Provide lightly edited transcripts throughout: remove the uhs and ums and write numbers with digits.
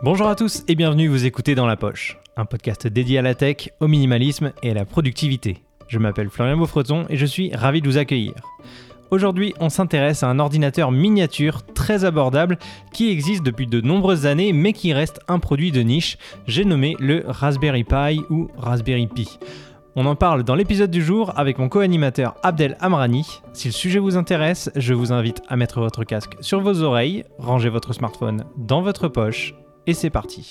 Bonjour à tous et bienvenue, vous écoutez Dans la Poche, un podcast dédié à la tech, au minimalisme et à la productivité. Je m'appelle Florian Beaufreton et je suis ravi de vous accueillir. Aujourd'hui, on s'intéresse à un ordinateur miniature très abordable qui existe depuis de nombreuses années mais qui reste un produit de niche, j'ai nommé le Raspberry Pi ou Raspberry Pi. On en parle dans l'épisode du jour avec mon co-animateur Abdel Amrani. Si le sujet vous intéresse, je vous invite à mettre votre casque sur vos oreilles, ranger votre smartphone dans votre poche et c'est parti.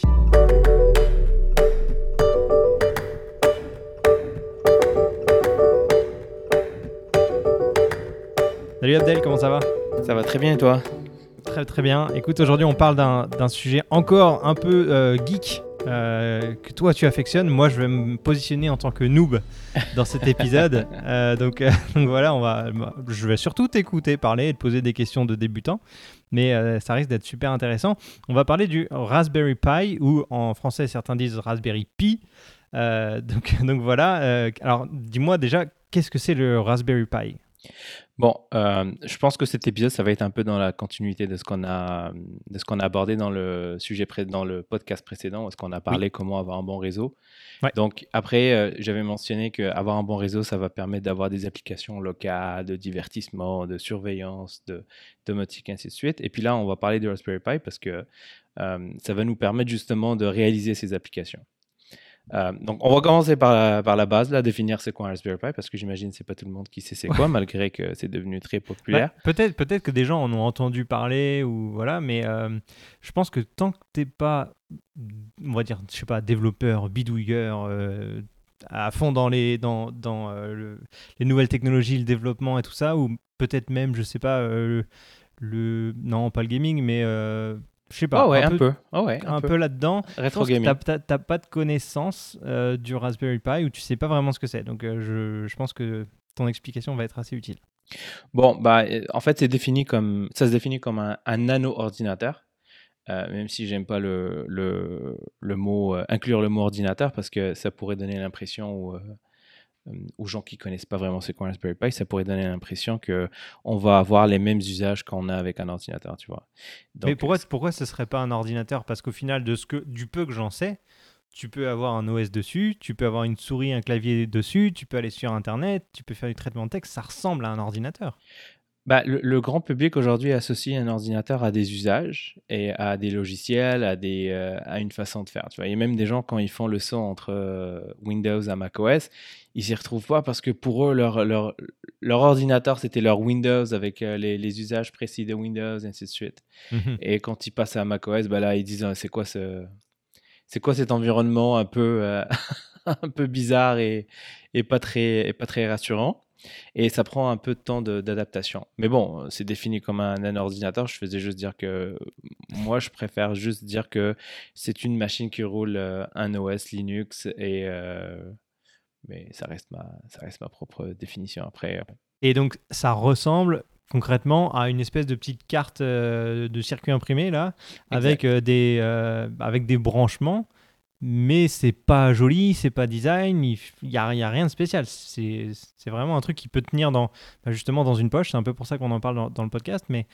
Salut Abdel, comment ça va ? Ça va très bien et toi ? Très très bien. Écoute, aujourd'hui on parle d'un sujet encore un peu geek que toi tu affectionnes. Moi je vais me positionner en tant que noob dans cet épisode. Donc voilà, je vais surtout t'écouter parler et te poser des questions de débutant. Mais ça risque d'être super intéressant. On va parler du Raspberry Pi ou en français certains disent Raspberry Pi. Donc voilà. Alors dis-moi déjà, qu'est-ce que c'est le Raspberry Pi ? Bon, je pense que cet épisode, ça va être un peu dans la continuité de ce qu'on a abordé dans le dans le podcast précédent, où est-ce qu'on a parlé comment avoir un bon réseau. Ouais. Donc après, j'avais mentionné qu'avoir un bon réseau, ça va permettre d'avoir des applications locales, de divertissement, de surveillance, de domotique, ainsi de suite. Et puis là, on va parler du Raspberry Pi parce que ça va nous permettre justement de réaliser ces applications. Donc, on va commencer par la base, là, définir c'est quoi un Raspberry Pi, parce que j'imagine que c'est pas tout le monde qui sait c'est quoi, malgré que c'est devenu très populaire. Bah, peut-être que des gens en ont entendu parler, ou voilà, mais je pense que tant que t'es pas, on va dire, je sais pas, développeur, bidouilleur, à fond dans les nouvelles technologies, le développement et tout ça, ou peut-être même, je sais pas, non, pas le gaming, mais je sais pas, un peu là-dedans. Rétro gaming. T'as pas de connaissance du Raspberry Pi ou tu sais pas vraiment ce que c'est. Donc je pense que ton explication va être assez utile. Bon, en fait, ça se définit comme un nano-ordinateur, même si j'aime pas le mot, inclure le mot ordinateur, parce que ça pourrait donner l'impression aux gens qui connaissent pas vraiment c'est quoi un Raspberry Pi, ça pourrait donner l'impression qu'on va avoir les mêmes usages qu'on a avec un ordinateur, tu vois. Donc, mais pourquoi ce serait pas un ordinateur ? Parce qu'au final, du peu que j'en sais, tu peux avoir un OS dessus, tu peux avoir une souris, un clavier dessus, tu peux aller sur Internet, tu peux faire du traitement de texte, ça ressemble à un ordinateur. Le grand public aujourd'hui associe un ordinateur à des usages et à des logiciels, à une façon de faire. Tu vois. Il y a même des gens, quand ils font le saut entre Windows et macOS, ils s'y retrouvent pas parce que pour eux, leur ordinateur, c'était leur Windows avec les usages précis de Windows, et ainsi de suite. Mm-hmm. Et quand ils passent à macOS, là, ils disent c'est quoi cet environnement un peu, un peu bizarre et pas très rassurant. Et ça prend un peu de temps d'adaptation. Mais bon, c'est défini comme un ordinateur. Je faisais juste dire que moi, je préfère juste dire que c'est une machine qui roule un OS Linux mais ça reste ma propre définition après. Et donc, ça ressemble concrètement à une espèce de petite carte de circuit imprimé là, avec des branchements. Mais c'est pas joli, c'est pas design, il y a rien de spécial. C'est vraiment un truc qui peut tenir justement dans une poche. C'est un peu pour ça qu'on en parle dans le podcast. Mais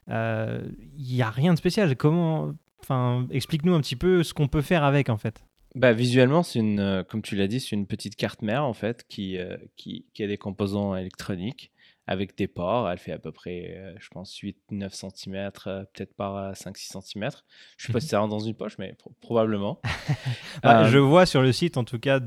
il y a rien de spécial. Explique-nous un petit peu ce qu'on peut faire avec en fait. Visuellement, comme tu l'as dit, c'est une petite carte mère en fait qui a des composants électroniques avec des ports. Elle fait à peu près, je pense, 8-9 cm, peut-être pas 5-6 cm. Je ne sais pas si ça rentre dans une poche, mais probablement. Je vois sur le site, en tout cas,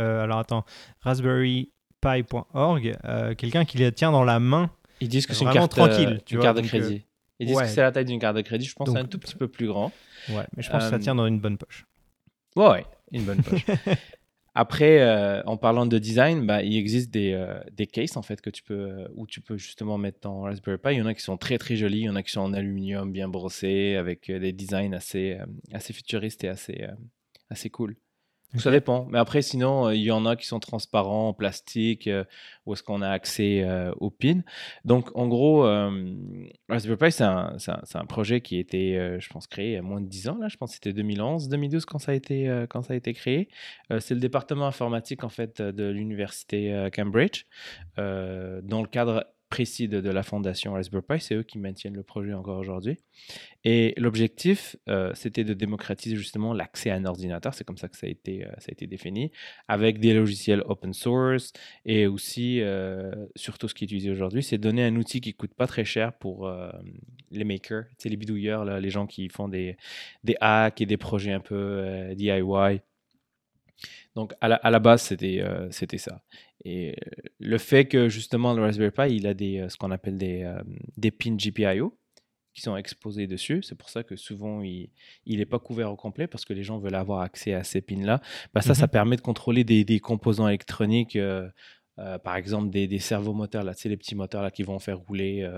raspberrypi.org, quelqu'un qui la tient dans la main. Ils disent que c'est une carte de crédit. Ils disent que c'est la taille d'une carte de crédit. Je pense que c'est un tout petit peu plus grand. Ouais, mais je pense que ça tient dans une bonne poche. Ouais, une bonne poche. Après, en parlant de design, il existe des cases en fait où tu peux justement mettre ton Raspberry Pi. Il y en a qui sont très très jolis, il y en a qui sont en aluminium bien brossés avec des designs assez futuristes et assez cool. Okay. Ça dépend. Mais après, sinon, il y en a qui sont transparents, en plastique, où est-ce qu'on a accès aux pins. Donc, en gros, Raspberry Pi, c'est un projet qui a été, je pense, créé il y a moins de 10 ans. Là. Je pense que c'était 2011, 2012 quand ça a été créé. C'est le département informatique, en fait, de l'université Cambridge, dans le cadre précis de la fondation Raspberry Pi. C'est eux qui maintiennent le projet encore aujourd'hui. Et l'objectif, c'était de démocratiser justement l'accès à un ordinateur. C'est comme ça que ça a été défini, avec des logiciels open source. Et aussi, surtout ce qui est utilisé aujourd'hui, c'est donner un outil qui ne coûte pas très cher pour les makers, les bidouilleurs, là, les gens qui font des hacks et des projets un peu DIY. Donc, à la base, c'était ça. Et le fait que, justement, le Raspberry Pi, il a ce qu'on appelle des pins GPIO qui sont exposés dessus. C'est pour ça que souvent, il n'est pas couvert au complet parce que les gens veulent avoir accès à ces pins-là. Bah, ça permet de contrôler des composants électroniques, par exemple des servomoteurs, là, les petits moteurs là, qui vont faire rouler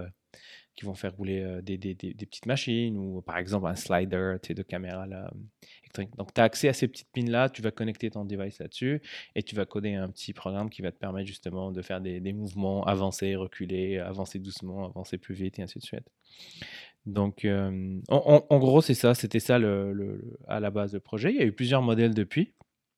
des petites machines ou par exemple un slider de caméra là, électronique. Donc tu as accès à ces petites pins là, tu vas connecter ton device là-dessus et tu vas coder un petit programme qui va te permettre justement de faire des mouvements, avancer, reculer, avancer doucement, avancer plus vite et ainsi de suite. Donc en gros c'est ça, c'était ça à la base le projet. Il y a eu plusieurs modèles depuis.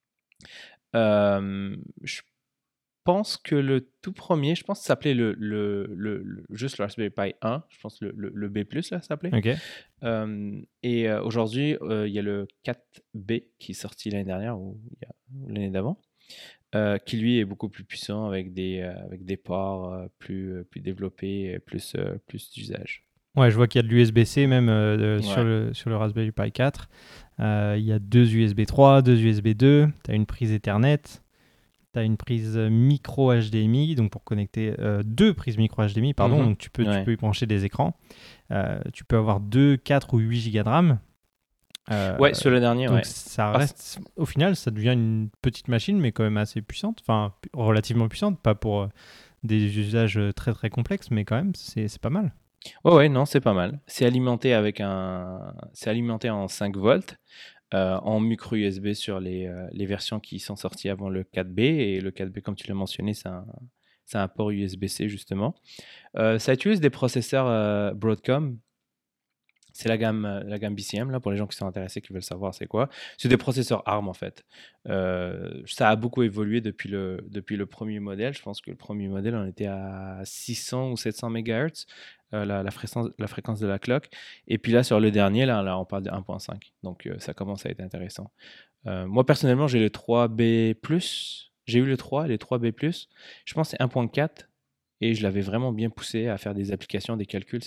Je pense que le tout premier, je pense que ça s'appelait juste le Raspberry Pi 1, je pense le B+, là, ça s'appelait. Ok. Et aujourd'hui, il y a le 4B qui est sorti l'année dernière ou l'année d'avant, qui lui est beaucoup plus puissant avec des ports plus développés, plus d'usage. Ouais, je vois qu'il y a de l'USB-C même sur Ouais. le Raspberry Pi 4. Il y a deux USB 3, deux USB 2, tu as une prise Ethernet, tu as une prise micro HDMI, donc pour connecter deux prises micro HDMI, pardon, donc tu peux y brancher des écrans. Tu peux avoir 2, 4 ou 8 Go de RAM. Ouais, sur le dernier, donc ouais. ça reste, au final, ça devient une petite machine, mais quand même assez puissante, enfin relativement puissante, pas pour des usages très très complexes, mais quand même, c'est pas mal. Ouais, non, c'est pas mal. C'est alimenté en 5 volts, en micro USB sur les versions qui sont sorties avant le 4B. Et le 4B, comme tu l'as mentionné, c'est un port USB-C justement. Ça utilise des processeurs Broadcom. C'est la gamme BCM, là, pour les gens qui sont intéressés, qui veulent savoir c'est quoi. C'est des processeurs ARM, en fait. Ça a beaucoup évolué depuis le premier modèle. Je pense que le premier modèle, on était à 600 ou 700 MHz, la fréquence de la clock. Et puis là, sur le dernier, là on parle de 1.5. Donc, ça commence à être intéressant. Moi, personnellement, j'ai le 3B+. J'ai eu le 3, les 3B+. Je pense que c'est 1.4. Et je l'avais vraiment bien poussé à faire des applications, des calculs.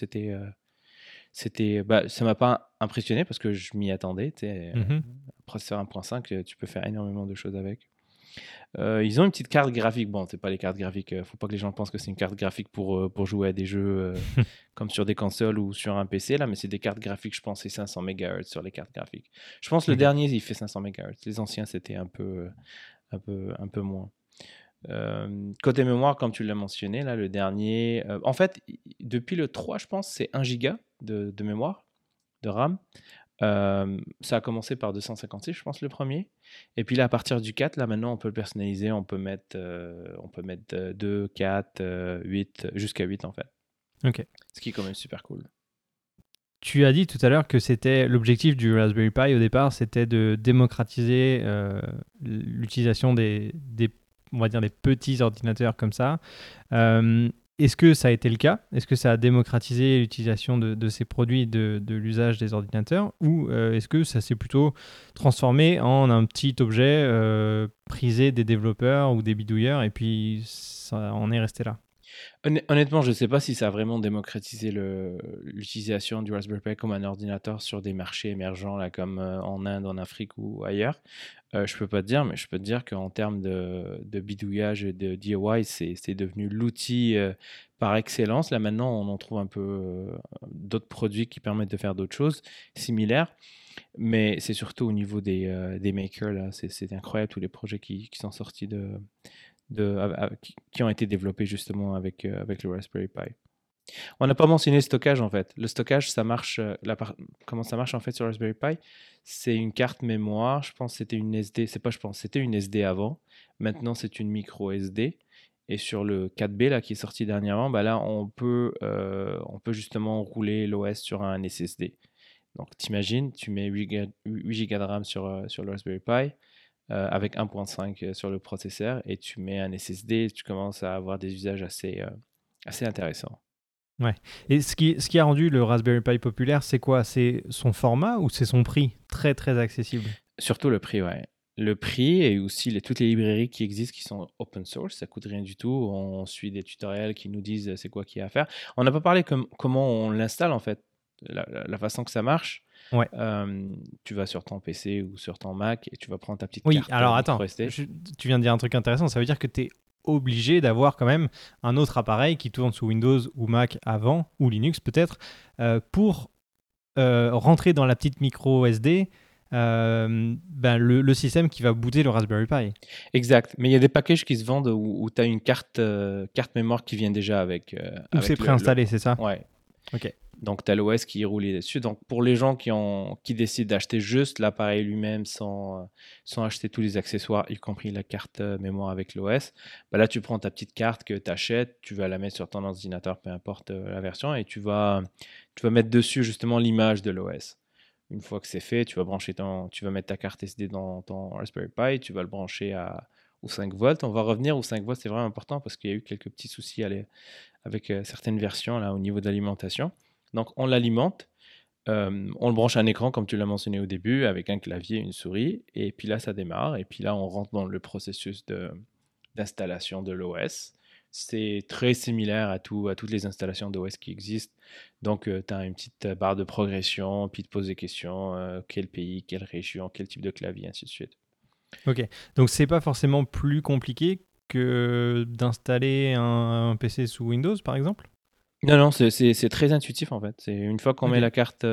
Ça m'a pas impressionné parce que je m'y attendais. Processeur 1.5, tu peux faire énormément de choses avec. Ils ont une petite carte graphique. Bon, c'est pas les cartes graphiques. Faut pas que les gens pensent que c'est une carte graphique pour jouer à des jeux comme sur des consoles ou sur un PC là, mais c'est des cartes graphiques. Je pense c'est 500 MHz sur les cartes graphiques. Je pense que le dernier il fait 500 MHz. Les anciens c'était un peu moins. Côté mémoire, comme tu l'as mentionné, là, le dernier. En fait, depuis le 3, je pense, c'est 1 giga de mémoire, de RAM. Ça a commencé par 256, je pense, le premier. Et puis là, à partir du 4, là, maintenant, on peut le personnaliser. On peut mettre 2, 4, 8, jusqu'à 8, en fait. Ok. Ce qui est quand même super cool. Tu as dit tout à l'heure que c'était l'objectif du Raspberry Pi au départ, c'était de démocratiser l'utilisation on va dire des petits ordinateurs comme ça. Est-ce que ça a été le cas? Est-ce que ça a démocratisé l'utilisation de ces produits, de l'usage des ordinateurs? Ou est-ce que ça s'est plutôt transformé en un petit objet prisé des développeurs ou des bidouilleurs et puis ça en est resté là? Honnêtement, je ne sais pas si ça a vraiment démocratisé l'utilisation du Raspberry Pi comme un ordinateur sur des marchés émergents là, comme en Inde, en Afrique ou ailleurs. Je ne peux pas te dire, mais je peux te dire qu'en termes de bidouillage et de DIY, c'est devenu l'outil par excellence. Là maintenant, on en trouve un peu d'autres produits qui permettent de faire d'autres choses similaires. Mais c'est surtout au niveau des makers, là, c'est incroyable tous les projets qui sont sortis qui ont été développés justement avec le Raspberry Pi. On n'a pas mentionné le stockage en fait. Le stockage, ça marche. Comment ça marche en fait sur Raspberry Pi? C'est une carte mémoire. Je pense que c'était une SD. C'est pas je pense, c'était une SD avant. Maintenant, c'est une micro SD. Et sur le 4B là, qui est sorti dernièrement, bah là, on peut justement rouler l'OS sur un SSD. Donc, t'imagines, tu mets 8 Go de RAM sur le Raspberry Pi avec 1.5 sur le processeur et tu mets un SSD, tu commences à avoir des usages assez intéressant. Ouais. Et ce qui a rendu le Raspberry Pi populaire, c'est quoi? C'est son format ou c'est son prix? Très, très accessible. Surtout le prix, ouais. Le prix et aussi toutes les librairies qui existent qui sont open source, ça coûte rien du tout. On suit des tutoriels qui nous disent c'est quoi qu'il y a à faire. On n'a pas parlé comment on l'installe en fait, la façon que ça marche. Ouais. Tu vas sur ton PC ou sur ton Mac et tu vas prendre ta petite Oui, carte alors micro attends, SD. tu viens de dire un truc intéressant, ça veut dire que tu es obligé d'avoir quand même un autre appareil qui tourne sous Windows ou Mac avant, ou Linux peut-être, pour rentrer dans la petite micro SD le système qui va booter le Raspberry Pi. Exact, mais il y a des packages qui se vendent où tu as une carte mémoire qui vient déjà avec. Ou c'est préinstallé, c'est ça? Ouais. Ok. Donc, tu as l'OS qui est roulé dessus. Donc, pour les gens qui décident d'acheter juste l'appareil lui-même sans acheter tous les accessoires, y compris la carte mémoire avec l'OS, bah là, tu prends ta petite carte que tu achètes, tu vas la mettre sur ton ordinateur, peu importe la version, et tu vas mettre dessus justement l'image de l'OS. Une fois que c'est fait, tu vas mettre ta carte SD dans ton Raspberry Pi, tu vas le brancher au 5 volts. On va revenir au 5 volts, c'est vraiment important parce qu'il y a eu quelques petits soucis avec certaines versions là, au niveau de l'alimentation. Donc, on l'alimente, on le branche à un écran, comme tu l'as mentionné au début, avec un clavier et une souris. Et puis là, ça démarre. Et puis là, on rentre dans le processus d'installation de l'OS. C'est très similaire à toutes les installations d'OS qui existent. Donc, tu as une petite barre de progression, puis tu te poses des questions, quel pays, quelle région, quel type de clavier, ainsi de suite. Ok. Donc c'est pas forcément plus compliqué que d'installer un PC sous Windows, par exemple? Non, non, c'est très intuitif en fait. C'est une fois qu'on met Ok. la carte,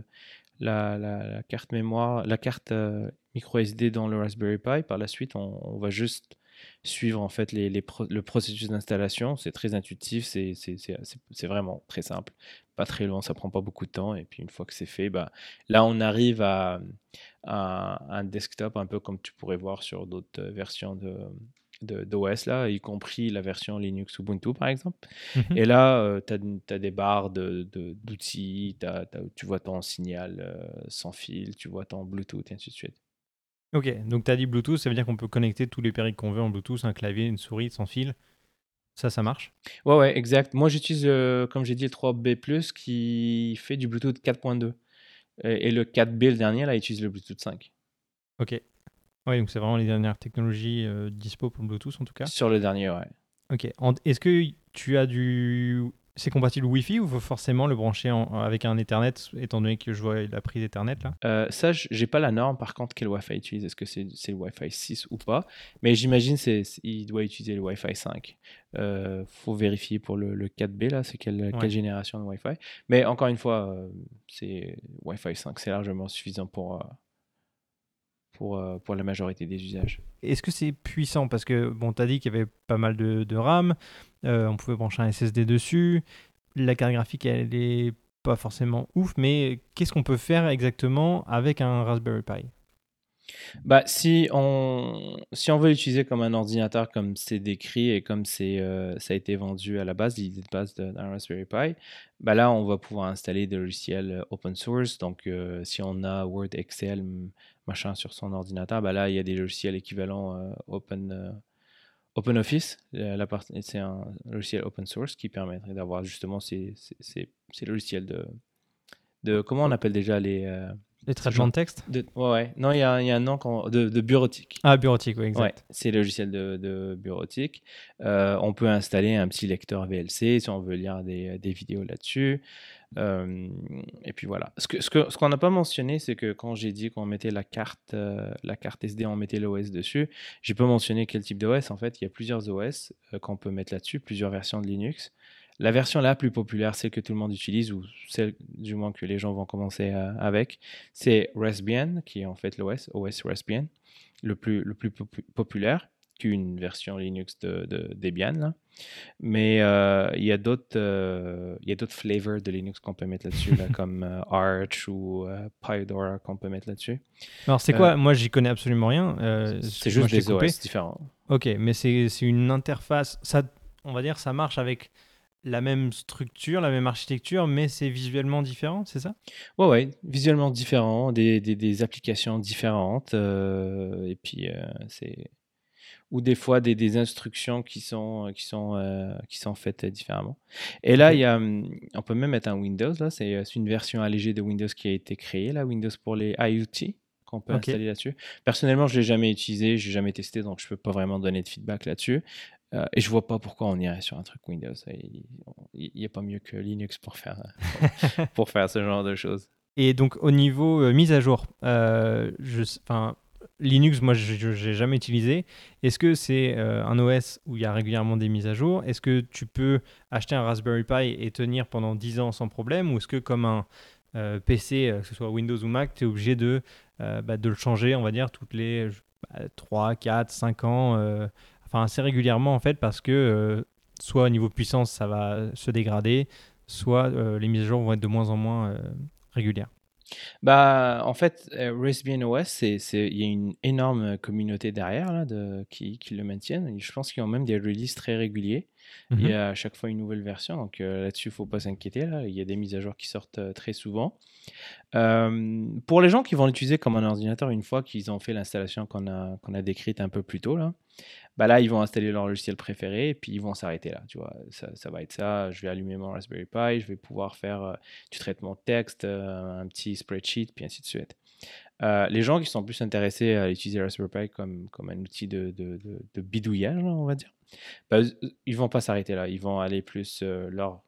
la carte mémoire, la carte micro SD dans le Raspberry Pi, par la suite, on va juste suivre en fait le processus d'installation. C'est très intuitif, c'est vraiment très simple, pas très long, ça prend pas beaucoup de temps. Et puis une fois que c'est fait, bah, là on arrive à un desktop un peu comme tu pourrais voir sur d'autres versions d'OS là, y compris la version Linux Ubuntu par exemple. Mhm. Et là, tu as des barres d'outils, tu vois ton signal sans fil, tu vois ton Bluetooth, et ainsi de suite. Ok, donc tu as dit Bluetooth, ça veut dire qu'on peut connecter tous les périques qu'on veut en Bluetooth, un clavier, une souris sans fil. Ça marche? Ouais, ouais, exact. Moi, j'utilise, comme j'ai dit, le 3B+, qui fait du Bluetooth 4.2. Et le 4B, le dernier, là, il utilise le Bluetooth 5. Ok. Oui, donc c'est vraiment les dernières technologies dispo pour le Bluetooth en tout cas. Sur le dernier, ouais. Ok. Est-ce que tu as du... C'est compatible Wi-Fi ou faut forcément le brancher avec un Ethernet, étant donné que je vois la prise Ethernet là? Ça, j'ai pas la norme, par contre, quel Wi-Fi il utilise. Est-ce que c'est le Wi-Fi 6 ou pas? Mais j'imagine il doit utiliser le Wi-Fi 5. Faut vérifier pour le 4B, là, c'est quelle Ouais. génération de Wi-Fi. Mais encore une fois, c'est Wi-Fi 5, c'est largement suffisant pour la majorité des usages. Est-ce que c'est puissant? Parce que, bon, tu as dit qu'il y avait pas mal de RAM, on pouvait brancher un SSD dessus, la carte graphique, elle est pas forcément ouf, mais qu'est-ce qu'on peut faire exactement avec un Raspberry Pi? Bah, si on veut l'utiliser comme un ordinateur, comme c'est décrit et comme ça a été vendu à la base, l'idée de base d'un Raspberry Pi, bah là, on va pouvoir installer des logiciels open source. Donc, si on a Word, Excel, machin sur son ordinateur, bah là, il y a des logiciels équivalents OpenOffice. C'est un logiciel open source qui permettrait d'avoir justement ces logiciels comment on appelle déjà Les ce traitements genre de texte? ouais, ouais. Non, il y a un nom de bureautique. Ah, bureautique, oui, Ouais, exact. c'est le logiciel de bureautique. On peut installer un petit lecteur VLC si on veut lire des vidéos là-dessus. Et puis voilà. Ce qu'on n'a pas mentionné, c'est que quand j'ai dit qu'on mettait la carte SD, on mettait l'OS dessus, j'ai pas mentionné quel type d'OS. En fait, il y a plusieurs OS qu'on peut mettre là-dessus, plusieurs versions de Linux. La version la plus populaire, celle que tout le monde utilise, ou celle du moins que les gens vont commencer avec, c'est Raspbian, qui est en fait OS Raspbian, le plus populaire, qu'une version Linux de Debian, là. Mais il y a d'autres flavors de Linux qu'on peut mettre là-dessus, là, comme Arch ou PyDora qu'on peut mettre là-dessus. Alors, c'est Euh, quoi? Moi, j'y connais absolument rien. c'est Excuse-moi, juste je t'ai des coupé. OS différents. Ok, mais c'est une interface. Ça, on va dire, ça marche avec la même structure, la même architecture, mais c'est visuellement différent, c'est ça? Ouais, ouais, visuellement différents, des applications différentes. Et puis, c'est ou des fois des instructions qui sont faites différemment. Et là, Ok. on peut même mettre un Windows. Là, c'est une version allégée de Windows qui a été créée, là, Windows pour les IoT qu'on peut Ok. installer là-dessus. Personnellement, je l'ai jamais utilisé, j'ai jamais testé, donc je peux pas vraiment donner de feedback là-dessus. Et je vois pas pourquoi on irait sur un truc Windows. Il n'y a pas mieux que Linux pour faire ce genre de choses. Et donc au niveau mise à jour, enfin, Linux, moi je n'ai jamais utilisé. Est-ce que c'est un OS où il y a régulièrement des mises à jour? Est-ce que tu peux acheter un Raspberry Pi et tenir pendant 10 ans sans problème? Ou est-ce que comme un PC, que ce soit Windows ou Mac, tu es obligé de le changer, on va dire, toutes les 3, 4, 5 ans, enfin assez régulièrement en fait, parce que soit au niveau puissance ça va se dégrader, soit les mises à jour vont être de moins en moins régulières. Bah, en fait, Raspbian OS, il y a une énorme communauté derrière là, qui le maintiennent. Et je pense qu'ils ont même des releases très réguliers. Il y Mhm. a à chaque fois une nouvelle version, donc là-dessus, il ne faut pas s'inquiéter. Là. Il y a des mises à jour qui sortent très souvent. Pour les gens qui vont l'utiliser comme un ordinateur, une fois qu'ils ont fait l'installation qu'on a décrite un peu plus tôt, là, bah là, ils vont installer leur logiciel préféré et puis ils vont s'arrêter là. Tu vois, ça va être ça. Je vais allumer mon Raspberry Pi, je vais pouvoir faire du traitement de texte, un petit spreadsheet, puis ainsi de suite. Les gens qui sont plus intéressés à utiliser Raspberry Pi comme un outil de bidouillage, là, on va dire, bah, ils vont pas s'arrêter là. Ils vont aller plus leur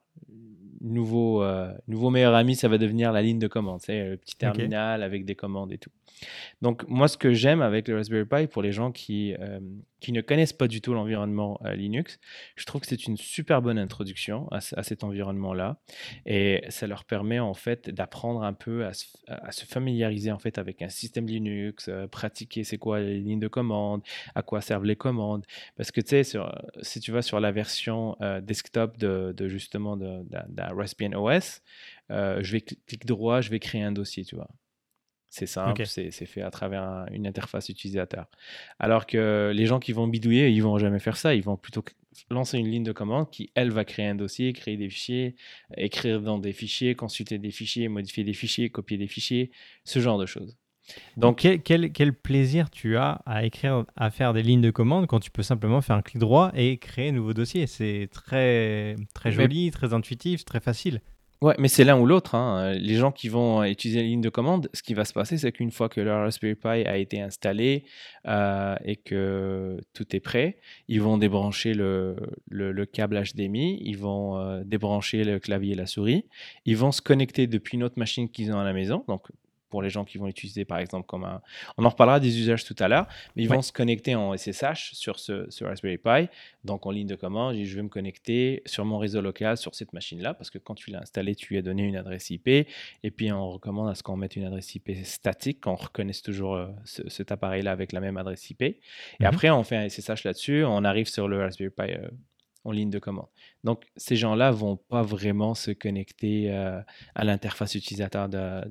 nouveau meilleur ami, ça va devenir la ligne de commande, c'est le petit Ok. terminal avec des commandes et tout. Donc, moi, ce que j'aime avec le Raspberry Pi, pour les gens qui ne connaissent pas du tout l'environnement Linux, je trouve que c'est une super bonne introduction à cet environnement-là. Et ça leur permet, en fait, d'apprendre un peu à se familiariser, en fait, avec un système Linux, pratiquer c'est quoi les lignes de commande, à quoi servent les commandes. Parce que, tu sais, si tu vas sur la version desktop justement d'un Raspbian OS, je vais cliquer droit, je vais créer un dossier, tu vois. C'est simple, Ok. c'est fait à travers une interface utilisateur. Alors que les gens qui vont bidouiller, ils vont jamais faire ça. Ils vont plutôt lancer une ligne de commande qui, elle, va créer un dossier, créer des fichiers, écrire dans des fichiers, consulter des fichiers, modifier des fichiers, copier des fichiers, ce genre de choses. Et Donc, quel plaisir tu as à écrire, à faire des lignes de commande quand tu peux simplement faire un clic droit et créer un nouveau dossier. C'est très, très mais joli, très intuitif, très facile. ouais, mais c'est l'un ou l'autre, hein. Les gens qui vont utiliser la ligne de commande, ce qui va se passer, c'est qu'une fois que leur Raspberry Pi a été installé et que tout est prêt, ils vont débrancher le câble HDMI, ils vont débrancher le clavier et la souris, ils vont se connecter depuis une autre machine qu'ils ont à la maison. Donc, pour les gens qui vont l'utiliser, par exemple, comme un... On en reparlera des usages tout à l'heure, mais ils Ouais. vont se connecter en SSH sur ce Raspberry Pi. Donc, en ligne de commande, je vais me connecter sur mon réseau local sur cette machine-là, parce que quand tu l'as installé, tu lui as donné une adresse IP. Et puis, on recommande à ce qu'on mette une adresse IP statique, qu'on reconnaisse toujours cet appareil-là avec la même adresse IP. Et Mhm. après, on fait un SSH là-dessus, on arrive sur le Raspberry Pi en ligne de commande. Donc, ces gens-là vont pas vraiment se connecter à l'interface utilisateur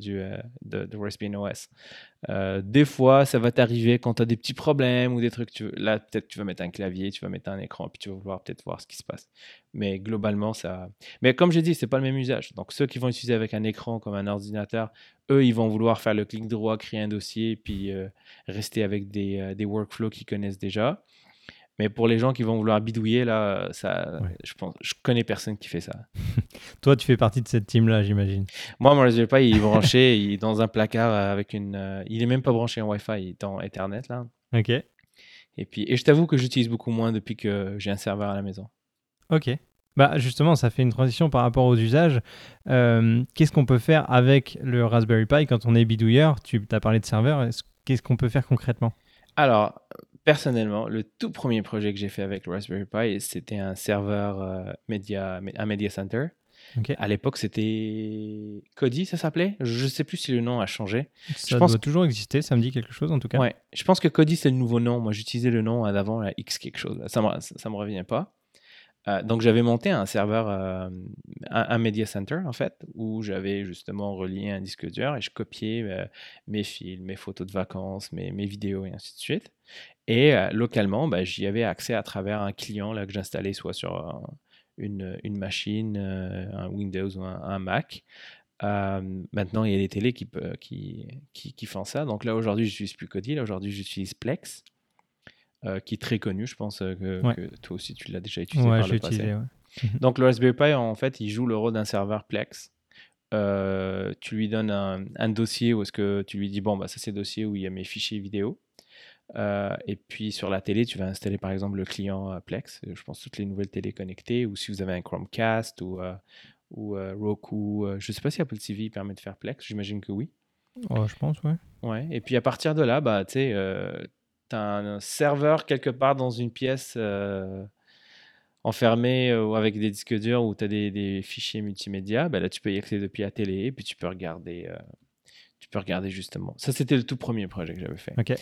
de Raspbian OS. Des fois, ça va t'arriver quand tu as des petits problèmes ou des trucs. Là, peut-être tu vas mettre un clavier, tu vas mettre un écran, puis tu vas vouloir peut-être voir ce qui se passe. Mais globalement, ça. Mais comme j'ai dit, c'est pas le même usage. Donc, ceux qui vont utiliser avec un écran comme un ordinateur, eux, ils vont vouloir faire le clic droit, créer un dossier, puis rester avec des workflows qu'ils connaissent déjà. Mais pour les gens qui vont vouloir bidouiller, là, Ouais. je connais personne qui fait ça. Toi, tu fais partie de cette team-là, j'imagine. Moi, mon Raspberry Pi, il est branché, il est dans un placard avec une. Il est même pas branché en Wi-Fi, il est en Ethernet là. Ok. Et je t'avoue que j'utilise beaucoup moins depuis que j'ai un serveur à la maison. Ok. Bah justement, ça fait une transition par rapport aux usages. Qu'est-ce qu'on peut faire avec le Raspberry Pi quand on est bidouilleur? Tu as parlé de serveur. Qu'est-ce qu'on peut faire concrètement? Alors, personnellement, le tout premier projet que j'ai fait avec le Raspberry Pi, c'était un serveur un Media Center. Ok. À l'époque, c'était Kodi, ça s'appelait. Je ne sais plus si le nom a changé. Je Ça pense doit que, toujours exister. Ça me dit quelque chose en tout cas. ouais, je pense que Kodi, c'est le nouveau nom. Moi, j'utilisais le nom d'avant, la X quelque chose. Ça me revient pas. Donc j'avais monté un serveur, un media center en fait, où j'avais justement relié un disque dur et je copiais mes films, mes photos de vacances, mes vidéos et ainsi de suite. Et localement, bah, j'y avais accès à travers un client là, que j'installais soit sur une machine, un Windows ou un Mac. Maintenant, il y a des télés qui font ça. Donc là, aujourd'hui, je n'utilise plus Kodi. Là, aujourd'hui, j'utilise Plex. qui est très connu, je pense Ouais. que toi aussi tu l'as déjà utilisé Ouais, par je le l'ai passé. utilisé, ouais. Donc le Raspberry Pi, en fait, il joue le rôle d'un serveur Plex. Tu lui donnes un dossier où est-ce que tu lui dis, bon, bah, ça c'est le dossier où il y a mes fichiers vidéo. Et puis sur la télé, tu vas installer par exemple le client Plex. Je pense toutes les nouvelles télé connectées, ou si vous avez un Chromecast ou Roku. Je ne sais pas si Apple TV permet de faire Plex, j'imagine que oui. Oh, je pense, ouais. Ouais. Et puis à partir de là, bah, tu sais, tu as un serveur quelque part dans une pièce enfermé ou avec des disques durs où tu as des fichiers multimédia. Bah, là, tu peux y accéder depuis la télé et puis tu peux regarder justement. Ça, c'était le tout premier projet que j'avais fait. Ok.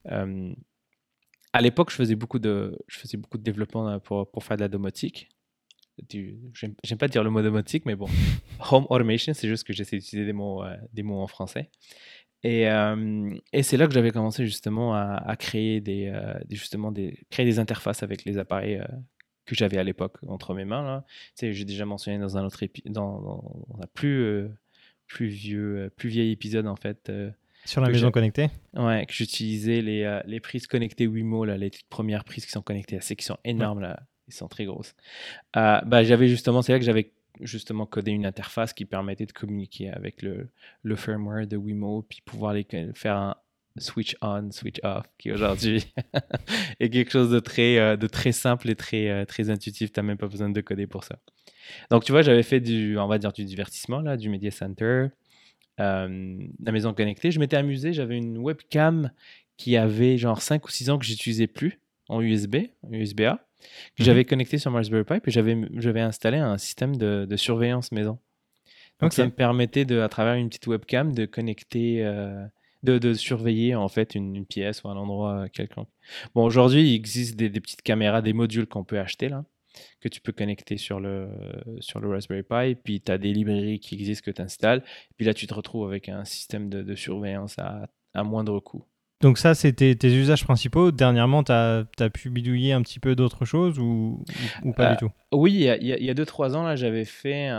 À l'époque, je faisais beaucoup de développement pour faire de la domotique. J'aime pas dire le mot domotique, mais bon, home automation, c'est juste que j'essaie d'utiliser des mots en français. Et c'est là que j'avais commencé justement à créer créer des interfaces avec les appareils que j'avais à l'époque entre mes mains. Là. Tu sais, j'ai déjà mentionné dans un autre dans un plus vieil épisode en fait. Sur la que maison j'ai- connectée. Ouais, que j'utilisais les prises connectées Wimo, là, les toutes premières prises qui sont connectées, qui sont Ouais. énormes là, ils sont très grosses. Bah, c'est là que j'avais justement codé une interface qui permettait de communiquer avec le firmware de Wimo, puis pouvoir faire un switch on, switch off, qui aujourd'hui est quelque chose de très simple et très intuitif. Tu n'as même pas besoin de coder pour ça. Donc, tu vois, j'avais fait on va dire, du divertissement, là, du Media Center, la maison connectée. Je m'étais amusé, j'avais une webcam qui avait genre 5 ou 6 ans que j'utilisais plus en USB-A, que j'avais connecté sur mon Raspberry Pi, puis j'avais installé un système de surveillance maison. Donc ça me permettait à travers une petite webcam de connecter, de surveiller en fait une pièce ou un endroit quelconque. Bon, aujourd'hui, il existe des petites caméras, des modules qu'on peut acheter là, que tu peux connecter sur le Raspberry Pi, puis tu as des librairies qui existent que tu installes, puis là tu te retrouves avec un système de surveillance à moindre coût. Donc ça, c'était tes usages principaux. Dernièrement, tu as pu bidouiller un petit peu d'autres choses ou pas du tout? Oui, il y a 2-3 ans, là, j'avais fait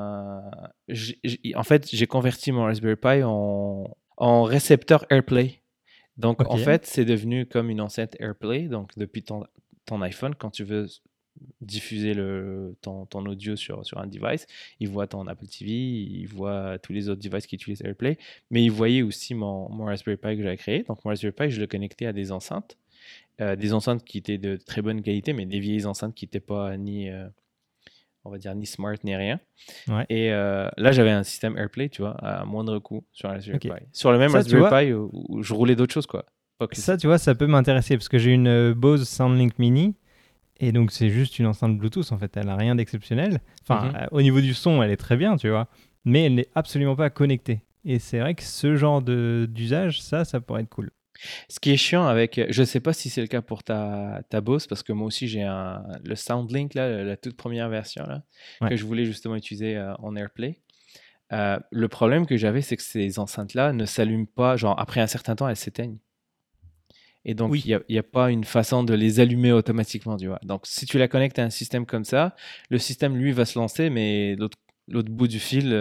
en fait, j'ai converti mon Raspberry Pi en récepteur AirPlay. Donc, en fait, c'est devenu comme une enceinte AirPlay. Donc, depuis ton iPhone, quand tu veux diffuser ton audio sur un device, il voit ton Apple TV, il voit tous les autres devices qui utilisent AirPlay, mais il voyait aussi mon Raspberry Pi que j'avais créé. Donc, mon Raspberry Pi, je le connectais à des enceintes qui étaient de très bonne qualité, mais des vieilles enceintes qui n'étaient pas on va dire, ni smart, ni rien. Ouais. Et là, j'avais un système AirPlay, tu vois, à moindre coût sur un Raspberry Pi. Sur le même Ça, Raspberry Pi où je roulais d'autres choses, quoi. Ça, tu vois, ça peut m'intéresser parce que j'ai une Bose SoundLink Mini et donc c'est juste une enceinte Bluetooth en fait. Elle n'a rien d'exceptionnel. Enfin, au niveau du son, elle est très bien, tu vois, mais elle n'est absolument pas connectée. Et c'est vrai que ce genre d'usage, ça pourrait être cool. Ce qui est chiant avec, je ne sais pas si c'est le cas pour ta Bose, parce que moi aussi j'ai le SoundLink, là, la toute première version là, que je voulais justement utiliser en AirPlay. Le problème que j'avais, c'est que ces enceintes-là ne s'allument pas, genre après un certain temps, elles s'éteignent. Et donc, il n'y a pas une façon de les allumer automatiquement, tu vois. Donc, si tu la connectes à un système comme ça, le système, lui, va se lancer, mais l'autre bout du fil,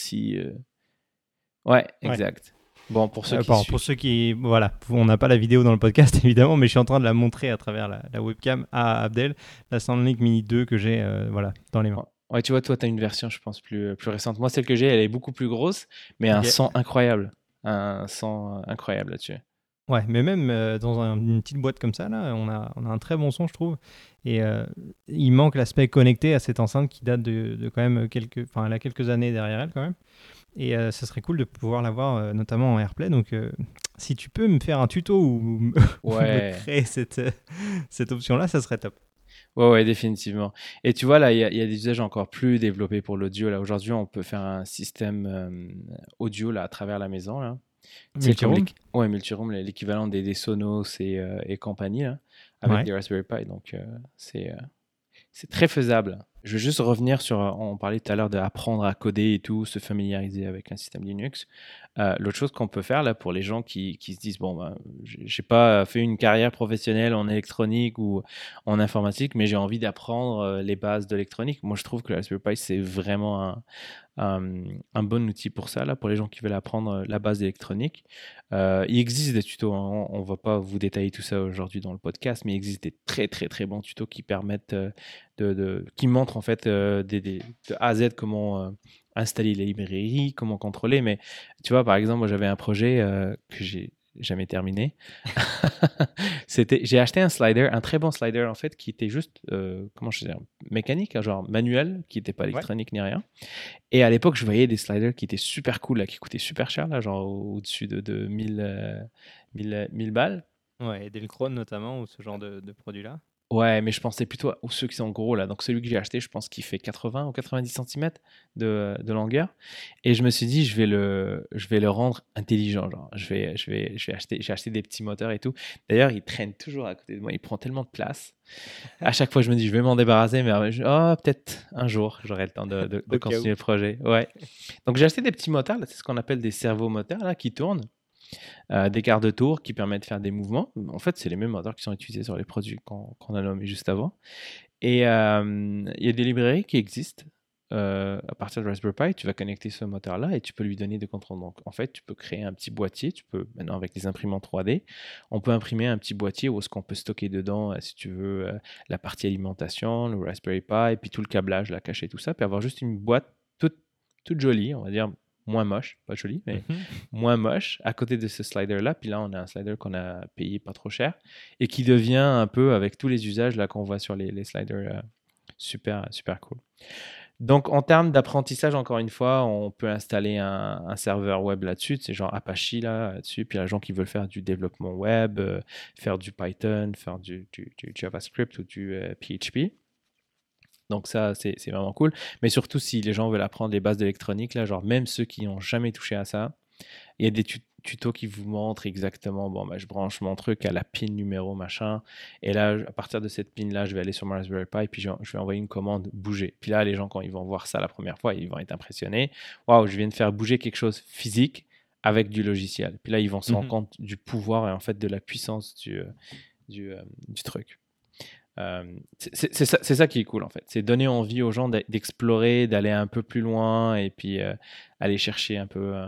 Ouais, exact. Bon, pour ceux qui voilà, on n'a pas la vidéo dans le podcast évidemment, mais je suis en train de la montrer à travers la webcam à Abdel, la SoundLink Mini 2 que j'ai dans les mains. Ouais, tu vois, toi, tu as une version, je pense, plus récente. Moi, celle que j'ai, elle est beaucoup plus grosse, mais un son incroyable. Un son incroyable là-dessus. Ouais, mais même dans une petite boîte comme ça, là, on a un très bon son, je trouve. Et il manque l'aspect connecté à cette enceinte qui date de quand même elle a quelques années derrière elle quand même. Et ça serait cool de pouvoir l'avoir notamment en AirPlay. Donc, si tu peux me faire un tuto ou me créer cette option-là, ça serait top. Ouais, définitivement. Et tu vois, là, il y a des usages encore plus développés pour l'audio. Là, aujourd'hui, on peut faire un système audio là, à travers la maison. Là. Multiroom? Ouais, multiroom, l'équivalent des Sonos et compagnie, là, avec des Raspberry Pi. Donc, c'est très faisable. je veux juste revenir sur, on parlait tout à l'heure d'apprendre à coder et tout, se familiariser avec un système Linux. L'autre chose qu'on peut faire là pour les gens qui se disent, bon, ben, j'ai pas fait une carrière professionnelle en électronique ou en informatique, mais j'ai envie d'apprendre les bases de l'électronique. Moi, je trouve que la Raspberry Pi, c'est vraiment un bon outil pour ça, là, pour les gens qui veulent apprendre la base d'électronique. Il existe des tutos, hein, on ne va pas vous détailler tout ça aujourd'hui dans le podcast, mais il existe des très très très bons tutos qui permettent qui montrent en fait de A à Z comment installer les librairies, comment contrôler. Mais tu vois, par exemple, moi j'avais un projet que j'ai jamais terminé. J'ai acheté un slider, un très bon slider en fait, qui était juste, comment je dire, mécanique, hein, genre manuel, qui n'était pas électronique ni rien. Et à l'époque, je voyais des sliders qui étaient super cool, là, qui coûtaient super cher, là, genre au-dessus de 1000 balles. Ouais, et Delcron notamment, ou ce genre de produit-là. Ouais, mais je pensais plutôt aux ceux qui sont gros là. Donc celui que j'ai acheté, je pense qu'il fait 80 ou 90 cm de longueur. Et je me suis dit, je vais le rendre intelligent. Genre, j'ai acheté des petits moteurs et tout. D'ailleurs, il traîne toujours à côté de moi. Il prend tellement de place. À chaque fois, je me dis, je vais m'en débarrasser, mais peut-être un jour, j'aurai le temps de continuer le projet. Ouais. Donc j'ai acheté des petits moteurs. Là, c'est ce qu'on appelle des servomoteurs là, qui tournent. Des quarts de tour qui permettent de faire des mouvements. En fait, c'est les mêmes moteurs qui sont utilisés sur les produits qu'on a nommés juste avant. Et il y a des librairies qui existent à partir de Raspberry Pi. Tu vas connecter ce moteur-là et tu peux lui donner des contrôles. Donc, en fait, tu peux créer un petit boîtier. Tu peux, maintenant, avec les imprimantes 3D, on peut imprimer un petit boîtier où est-ce qu'on peut stocker dedans, si tu veux, la partie alimentation, le Raspberry Pi, et puis tout le câblage, la cacher, tout ça, puis avoir juste une boîte toute jolie, on va dire, moins moche, pas joli, mais moins moche, à côté de ce slider-là. Puis là, on a un slider qu'on a payé pas trop cher et qui devient un peu, avec tous les usages là qu'on voit sur les sliders, super, super cool. Donc, en termes d'apprentissage, encore une fois, on peut installer un serveur web là-dessus. C'est genre Apache là-dessus. Puis, il y a des gens qui veulent faire du développement web, faire du Python, faire du JavaScript ou du PHP. Donc ça, c'est vraiment cool. Mais surtout, si les gens veulent apprendre les bases d'électronique, là, genre même ceux qui n'ont jamais touché à ça, il y a des tutos qui vous montrent exactement, bon, bah, je branche mon truc à la pin numéro, machin. Et là, à partir de cette pin-là, je vais aller sur mon Raspberry Pi, puis je vais envoyer une commande bouger. Puis là, les gens, quand ils vont voir ça la première fois, ils vont être impressionnés. Waouh, je viens de faire bouger quelque chose physique avec du logiciel. Puis là, ils vont se rendre compte du pouvoir et en fait de la puissance du truc. C'est ça qui est cool en fait, c'est donner envie aux gens d'explorer, d'aller un peu plus loin et puis aller chercher un peu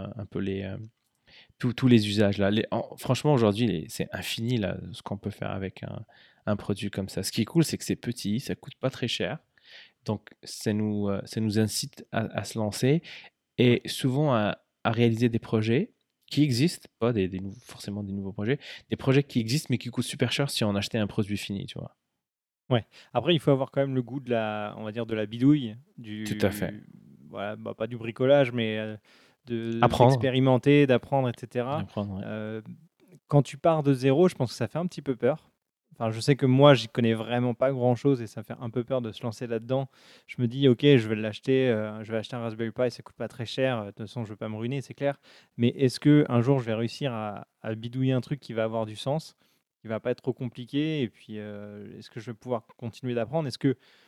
tous les usages là. Franchement aujourd'hui c'est infini là, ce qu'on peut faire avec un produit comme ça. Ce qui est cool c'est que c'est petit, ça coûte pas très cher, donc ça nous incite à se lancer et souvent à réaliser des projets qui existent, pas forcément des nouveaux projets, des projets qui existent mais qui coûtent super cher si on achetait un produit fini, tu vois. Ouais. Après, il faut avoir quand même le goût on va dire, de la bidouille, Tout à fait. Voilà, bah, pas du bricolage, mais Apprendre. d'expérimenter, d'apprendre, etc. Apprendre, ouais. Quand tu pars de zéro, je pense que ça fait un petit peu peur. Enfin, je sais que moi, j'y connais vraiment pas grand-chose et ça fait un peu peur de se lancer là-dedans. Je me dis, ok, je vais l'acheter, je vais acheter un Raspberry Pi, ça coûte pas très cher. De toute façon, je vais pas me ruiner, c'est clair. Mais est-ce que un jour, je vais réussir à bidouiller un truc qui va avoir du sens, qui va pas être trop compliqué? Et puis, est-ce que je vais pouvoir continuer d'apprendre? Est-ce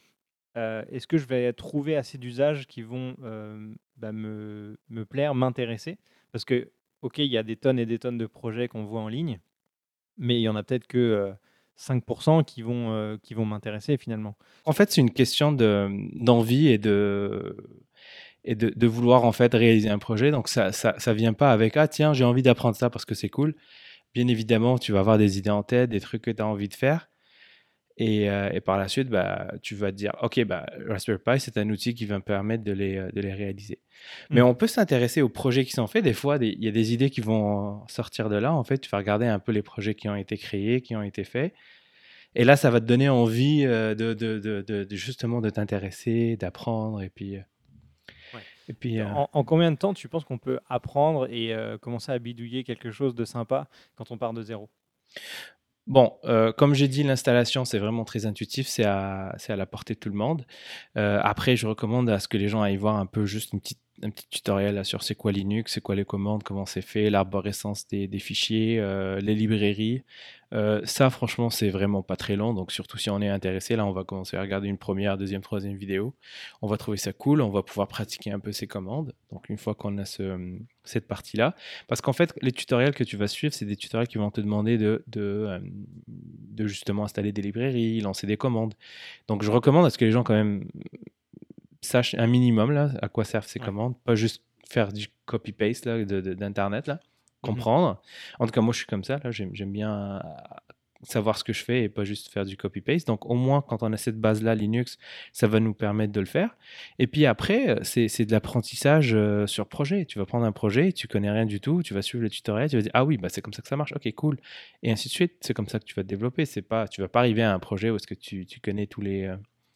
que je vais trouver assez d'usages qui vont me plaire, m'intéresser? Parce que, ok, il y a des tonnes et des tonnes de projets qu'on voit en ligne, mais il y en a peut-être que 5% qui vont m'intéresser finalement. En fait, c'est une question d'envie et de vouloir en fait réaliser un projet. Donc ça vient pas avec ah tiens j'ai envie d'apprendre ça parce que c'est cool. Bien évidemment, tu vas avoir des idées en tête, des trucs que tu as envie de faire. Et par la suite, bah, tu vas te dire, OK, bah, Raspberry Pi, c'est un outil qui va me permettre de les réaliser. Mais on peut s'intéresser aux projets qui sont faits. Des fois, il y a des idées qui vont sortir de là. En fait, tu vas regarder un peu les projets qui ont été créés, qui ont été faits. Et là, ça va te donner envie justement de t'intéresser, d'apprendre. Et puis, En combien de temps tu penses qu'on peut apprendre et commencer à bidouiller quelque chose de sympa quand on part de zéro? Bon, comme j'ai dit, l'installation, c'est vraiment très intuitif, c'est à la portée de tout le monde. Après, je recommande à ce que les gens aillent voir un peu juste un petit tutoriel là, sur c'est quoi Linux, c'est quoi les commandes, comment c'est fait, l'arborescence des fichiers, les librairies. Ça, franchement, c'est vraiment pas très long. Donc, surtout si on est intéressé, là, on va commencer à regarder une première, deuxième, troisième vidéo. On va trouver ça cool. On va pouvoir pratiquer un peu ces commandes. Donc, une fois qu'on a cette partie-là. Parce qu'en fait, les tutoriels que tu vas suivre, c'est des tutoriels qui vont te demander de justement installer des librairies, lancer des commandes. Donc, je recommande à ce que les gens, quand même, sachent un minimum là, à quoi servent ces Ouais. commandes. Pas juste faire du copy-paste là, d'Internet. Là. Mhm. Comprendre. En tout cas, moi, je suis comme ça. Là, j'aime bien savoir ce que je fais et pas juste faire du copy-paste. Donc, au moins, quand on a cette base-là, Linux, ça va nous permettre de le faire. Et puis après, c'est de l'apprentissage sur projet. Tu vas prendre un projet, tu connais rien du tout, tu vas suivre le tutoriel, tu vas dire, ah oui, bah, c'est comme ça que ça marche, ok, cool. Et ainsi de suite. C'est comme ça que tu vas te développer. Tu vas pas arriver à un projet où est-ce que tu connais tous les...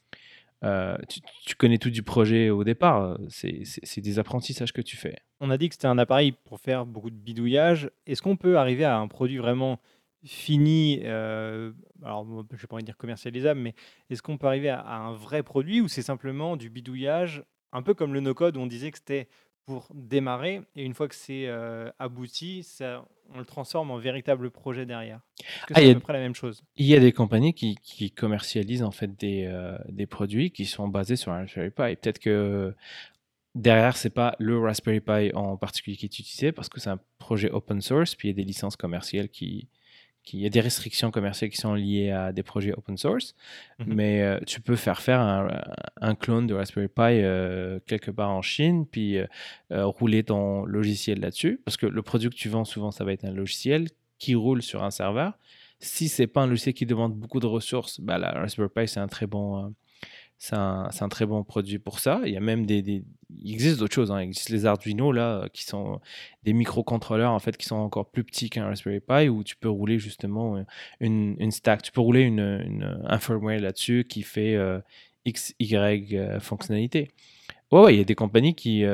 tu connais tout du projet au départ. C'est des apprentissages que tu fais. On a dit que c'était un appareil pour faire beaucoup de bidouillage. Est-ce qu'on peut arriver à un produit vraiment fini, alors moi, je n'ai pas envie de dire commercialisable, mais est-ce qu'on peut arriver à un vrai produit ou c'est simplement du bidouillage, un peu comme le no-code où on disait que c'était pour démarrer et une fois que c'est abouti, on le transforme en véritable projet derrière. Est-ce que Ah, c'est à peu près la même chose? il y a des compagnies qui commercialisent en fait des produits qui sont basés sur un Raspberry Pi. Peut-être que derrière, c'est pas le Raspberry Pi en particulier qui est utilisé parce que c'est un projet open source, puis il y a des licences commerciales il y a des restrictions commerciales qui sont liées à des projets open source, mais tu peux faire un clone de Raspberry Pi quelque part en Chine, puis rouler ton logiciel là-dessus, parce que le produit que tu vends souvent, ça va être un logiciel qui roule sur un serveur. Si c'est pas un logiciel qui demande beaucoup de ressources, bah, la Raspberry Pi, c'est un très bon produit pour ça. Il y a même il existe d'autres choses. Hein. Il existe les Arduino là, qui sont des microcontrôleurs en fait, qui sont encore plus petits qu'un Raspberry Pi, où tu peux rouler justement une stack. Tu peux rouler un firmware là-dessus qui fait X, Y fonctionnalités. Ouais, il y a des compagnies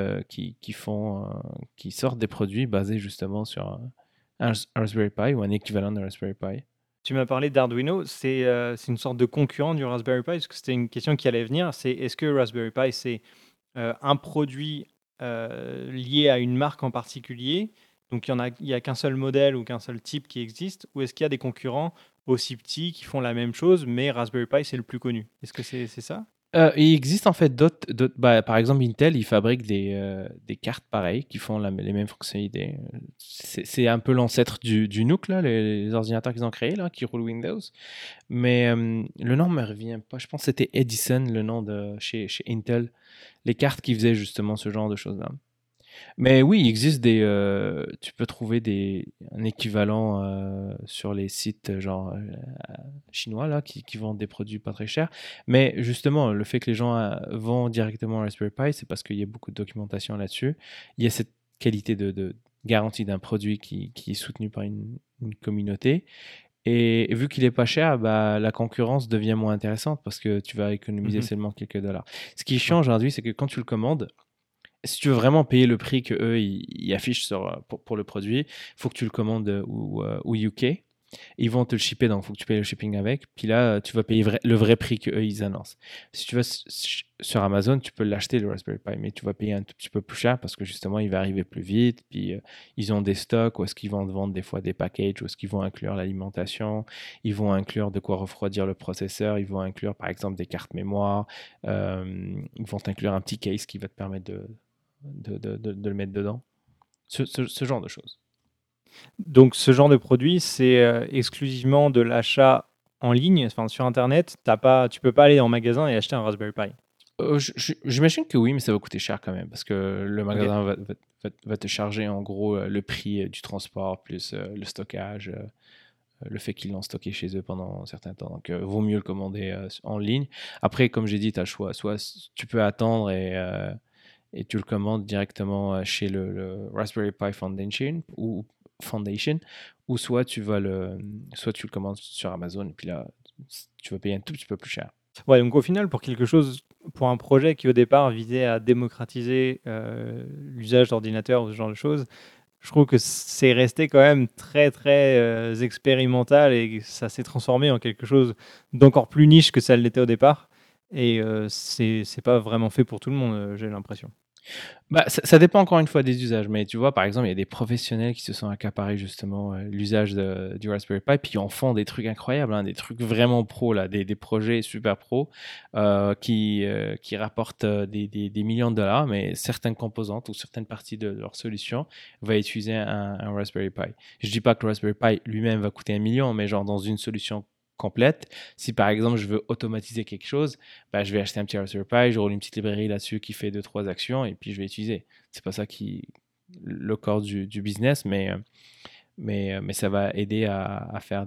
qui sortent des produits basés justement sur un Raspberry Pi ou un équivalent de Raspberry Pi. Tu m'as parlé d'Arduino, c'est une sorte de concurrent du Raspberry Pi, parce que c'était une question qui allait venir. C'est est-ce que Raspberry Pi, c'est un produit lié à une marque en particulier, donc il y a qu'un seul modèle ou qu'un seul type qui existe, ou est-ce qu'il y a des concurrents aussi petits qui font la même chose, mais Raspberry Pi, c'est le plus connu? Est-ce que c'est ça? Il existe en fait d'autres par exemple Intel, il fabrique des cartes pareilles qui font les mêmes fonctionnalités. C'est un peu l'ancêtre du NUC, là, les ordinateurs qu'ils ont créés, là, qui roulent Windows. Mais le nom me revient pas. Je pense que c'était Edison, le nom de chez Intel. Les cartes qui faisaient justement ce genre de choses-là. Mais oui, il existe tu peux trouver un équivalent sur les sites genre chinois là, qui vendent des produits pas très chers. Mais justement, le fait que les gens vont directement à Raspberry Pi, c'est parce qu'il y a beaucoup de documentation là-dessus. Il y a cette qualité de garantie d'un produit qui est soutenu par une communauté. Et vu qu'il est pas cher, bah, la concurrence devient moins intéressante parce que tu vas économiser seulement quelques dollars. Ce qui change aujourd'hui, c'est que quand tu le commandes, si tu veux vraiment payer le prix qu'eux ils affichent pour le produit, il faut que tu le commandes au UK. Ils vont te le shipper, donc il faut que tu payes le shipping avec. Puis là, tu vas payer le vrai prix qu'eux ils annoncent. Si tu vas sur Amazon, tu peux l'acheter le Raspberry Pi, mais tu vas payer un tout petit peu plus cher parce que justement, il va arriver plus vite. Puis ils ont des stocks où est-ce qu'ils vont te vendre des fois des packages, où est-ce qu'ils vont inclure l'alimentation, ils vont inclure de quoi refroidir le processeur, ils vont inclure par exemple des cartes mémoire, ils vont t'inclure un petit case qui va te permettre de le mettre dedans. Ce genre de choses. Donc ce genre de produit, c'est exclusivement de l'achat en ligne, enfin sur Internet. Tu peux pas aller en magasin et acheter un Raspberry Pi. J'imagine que oui, mais ça va coûter cher quand même parce que le Ok. magasin va te charger en gros le prix du transport plus le stockage, le fait qu'ils l'ont stocké chez eux pendant un certain temps. Donc, vaut mieux le commander en ligne. Après, comme j'ai dit, tu as le choix. Soit tu peux attendre et tu le commandes directement chez le Raspberry Pi Foundation, ou soit tu le commandes sur Amazon et puis là, tu vas payer un tout petit peu plus cher. Ouais, donc au final, pour un projet qui au départ visait à démocratiser l'usage d'ordinateurs ou ce genre de choses, je trouve que c'est resté quand même très très expérimental et ça s'est transformé en quelque chose d'encore plus niche que ça l'était au départ. Et c'est pas vraiment fait pour tout le monde, j'ai l'impression. Bah, ça dépend encore une fois des usages, mais tu vois, par exemple, il y a des professionnels qui se sont accaparés justement l'usage du Raspberry Pi, puis ils en font des trucs incroyables, hein, des trucs vraiment pro, là, des projets super pro qui rapportent des millions de dollars, mais certaines composantes ou certaines parties de leur solution vont utiliser un Raspberry Pi. Je dis pas que le Raspberry Pi lui-même va coûter 1 million, mais genre dans une solution complète, si par exemple je veux automatiser quelque chose, bah, je vais acheter un petit Raspberry Pi, je roule une petite librairie là-dessus qui fait 2-3 actions et puis je vais utiliser. C'est pas ça qui le corps du business, mais ça va aider à faire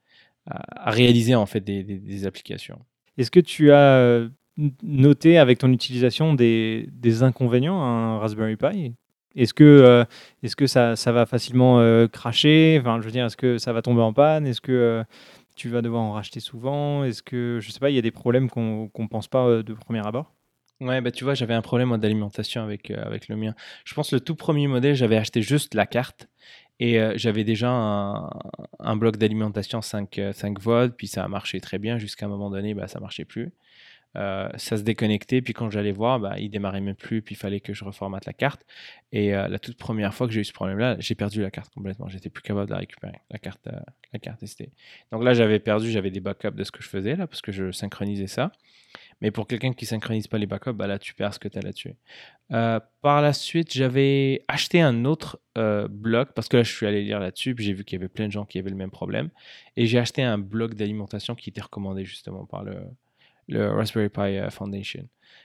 à réaliser en fait des applications. Est-ce que tu as noté avec ton utilisation des inconvénients à un Raspberry Pi? Est-ce que ça va facilement cracher? Enfin, je veux dire, est-ce que ça va tomber en panne? Est-ce que tu vas devoir en racheter souvent? Est-ce que, je sais pas, il y a des problèmes qu'on ne pense pas de premier abord? Ouais, bah tu vois, j'avais un problème moi, d'alimentation avec le mien. Je pense le tout premier modèle, j'avais acheté juste la carte et j'avais déjà un bloc d'alimentation 5 volts, puis ça a marché très bien jusqu'à un moment donné, bah, ça marchait plus. Ça se déconnectait, puis quand j'allais voir, bah, il démarrait même plus, puis il fallait que je reformate la carte. Et la toute première fois que j'ai eu ce problème-là, j'ai perdu la carte complètement. J'étais plus capable de la récupérer, la carte SD. Donc là, j'avais des backups de ce que je faisais là, parce que je synchronisais ça. Mais pour quelqu'un qui synchronise pas les backups, bah là, tu perds ce que tu as là-dessus. Par la suite, j'avais acheté un autre bloc, parce que là, je suis allé lire là-dessus, puis j'ai vu qu'il y avait plein de gens qui avaient le même problème. Et j'ai acheté un bloc d'alimentation qui était recommandé justement par le Raspberry Pi Foundation.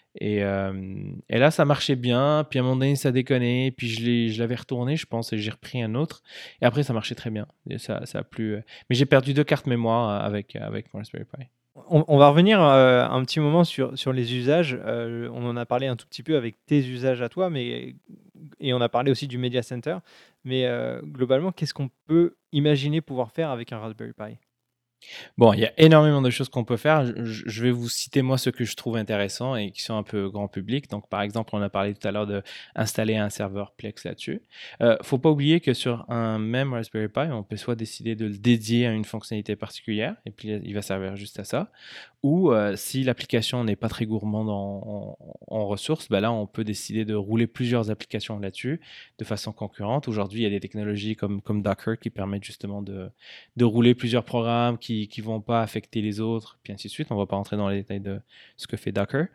Et là, ça marchait bien, puis à un moment donné, ça déconnait, puis je l'avais retourné, je pense, et j'ai repris un autre. Et après, ça marchait très bien. Et ça a plu. Mais j'ai perdu 2 cartes mémoire avec mon Raspberry Pi. On va revenir un petit moment sur les usages. On en a parlé un tout petit peu avec tes usages à toi, et on a parlé aussi du Media Center. Mais globalement, qu'est-ce qu'on peut imaginer pouvoir faire avec un Raspberry Pi? Bon, il y a énormément de choses qu'on peut faire. Je vais vous citer moi ceux que je trouve intéressants et qui sont un peu grand public. Donc, par exemple, on a parlé tout à l'heure d'installer un serveur Plex là-dessus. Faut pas oublier que sur un même Raspberry Pi, on peut soit décider de le dédier à une fonctionnalité particulière et puis il va servir juste à ça. Ou si l'application n'est pas très gourmande en ressources, bah là, on peut décider de rouler plusieurs applications là-dessus de façon concurrente. Aujourd'hui, il y a des technologies comme Docker qui permettent justement de rouler plusieurs programmes qui ne vont pas affecter les autres, puis ainsi de suite. On ne va pas rentrer dans les détails de ce que fait Docker.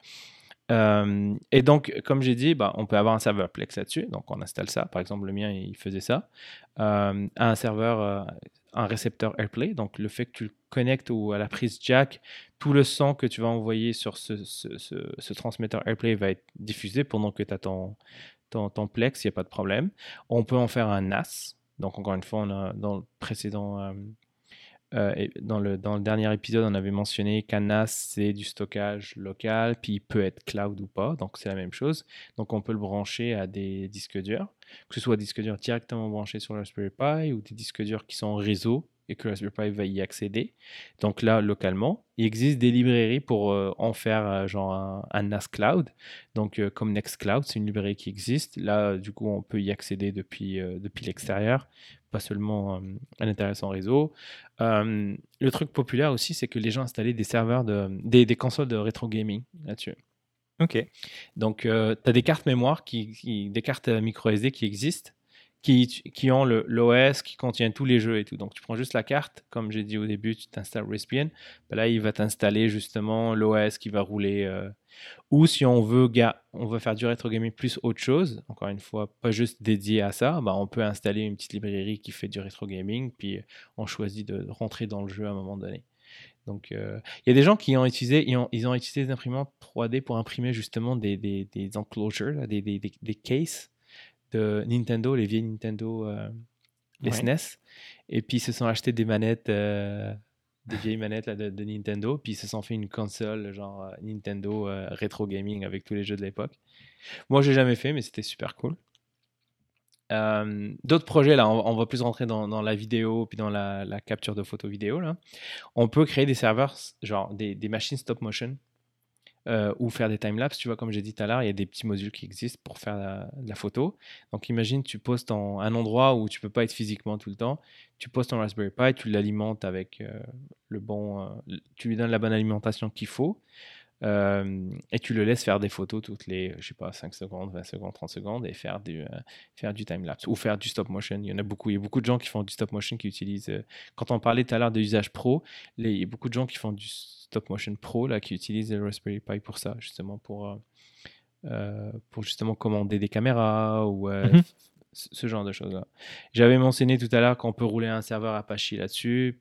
Et donc, comme j'ai dit, bah, on peut avoir un serveur Plex là-dessus. Donc, on installe ça. Par exemple, le mien, il faisait ça. Un serveur, un récepteur AirPlay. Donc, le fait que tu le connectes à la prise jack, tout le son que tu vas envoyer sur ce transmetteur AirPlay va être diffusé pendant que tu as ton Plex, il n'y a pas de problème. On peut en faire un NAS. Donc, encore une fois, on a, dans le précédent dans le dernier épisode, on avait mentionné qu'un NAS, c'est du stockage local, puis il peut être cloud ou pas, donc c'est la même chose. Donc on peut le brancher à des disques durs, que ce soit des disques durs directement branchés sur le Raspberry Pi ou des disques durs qui sont en réseau et que le Raspberry Pi va y accéder. Donc là, localement, il existe des librairies pour en faire genre un NAS Cloud. Donc comme Nextcloud, c'est une librairie qui existe. Là, du coup, on peut y accéder depuis l'extérieur, pas seulement à l'intérieur de son réseau. Le truc populaire aussi, c'est que les gens installaient des serveurs des consoles de rétro gaming là-dessus. Ok. Donc, tu as des cartes mémoire, des cartes micro SD qui existent, qui ont l'OS qui contient tous les jeux et tout. Donc, tu prends juste la carte, comme j'ai dit au début, tu t'installes Raspbian. Ben là, il va t'installer justement l'OS qui va rouler. Ou si on veut faire du rétro gaming plus autre chose, encore une fois, pas juste dédié à ça, bah on peut installer une petite librairie qui fait du rétro gaming, puis on choisit de rentrer dans le jeu à un moment donné. Donc, il y a des gens qui ont utilisé, ils ont utilisé des imprimantes 3D pour imprimer justement des enclosures, là, des cases de Nintendo, les vieilles Nintendo, les Ouais. SNES. Et puis, ils se sont achetés des manettes, des vieilles manettes là, de Nintendo. Puis, ils se sont fait une console, genre Nintendo rétro gaming avec tous les jeux de l'époque. Moi, j'ai jamais fait, mais c'était super cool. D'autres projets, là, on va plus rentrer dans la vidéo, puis dans la capture de photos vidéo, là. On peut créer des serveurs, genre des machines stop motion, ou faire des timelapses. Tu vois, comme j'ai dit tout à l'heure, il y a des petits modules qui existent pour faire de la photo. Donc, imagine, tu postes en un endroit où tu peux pas être physiquement tout le temps. Tu postes ton Raspberry Pi, tu l'alimentes avec tu lui donnes la bonne alimentation qu'il faut. et tu le laisses faire des photos toutes les, je sais pas, 5 secondes, 20 secondes, 30 secondes et faire du time-lapse ou faire du stop-motion. Il y a beaucoup de gens qui font du stop-motion qui utilisent, quand on parlait tout à l'heure de usage pro, il y a beaucoup de gens qui font du stop-motion pro là, qui utilisent le Raspberry Pi pour ça, justement pour justement commander des caméras ou ce genre de choses-là. J'avais mentionné tout à l'heure qu'on peut rouler un serveur Apache là-dessus,